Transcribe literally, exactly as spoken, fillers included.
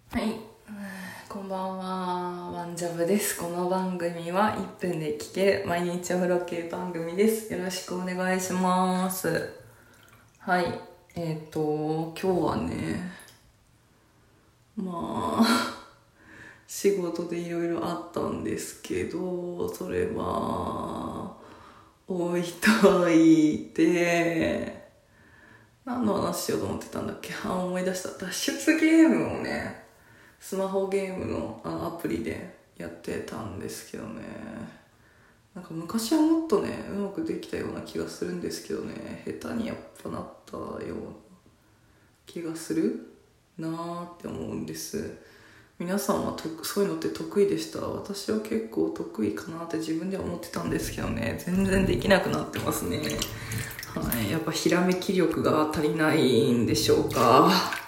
はい、こんばんは、ワンジャブです。この番組はいっぷんで聴ける毎日お風呂系番組です。よろしくお願いします。はい、えっ、ー、と今日はね、まあ仕事でいろいろあったんですけど、それは置いといて、何の話しようと思ってたんだっけ。あ、思い出した。脱出ゲームをね、スマホゲームのあのアプリでやってたんですけどね、なんか昔はもっとねうまくできたような気がするんですけどね、下手にやっぱなったような気がするなーって思うんです。皆さんはとそういうのって得意でした？私は結構得意かなって自分では思ってたんですけどね、全然できなくなってますね。はい、やっぱひらめき力が足りないんでしょうか。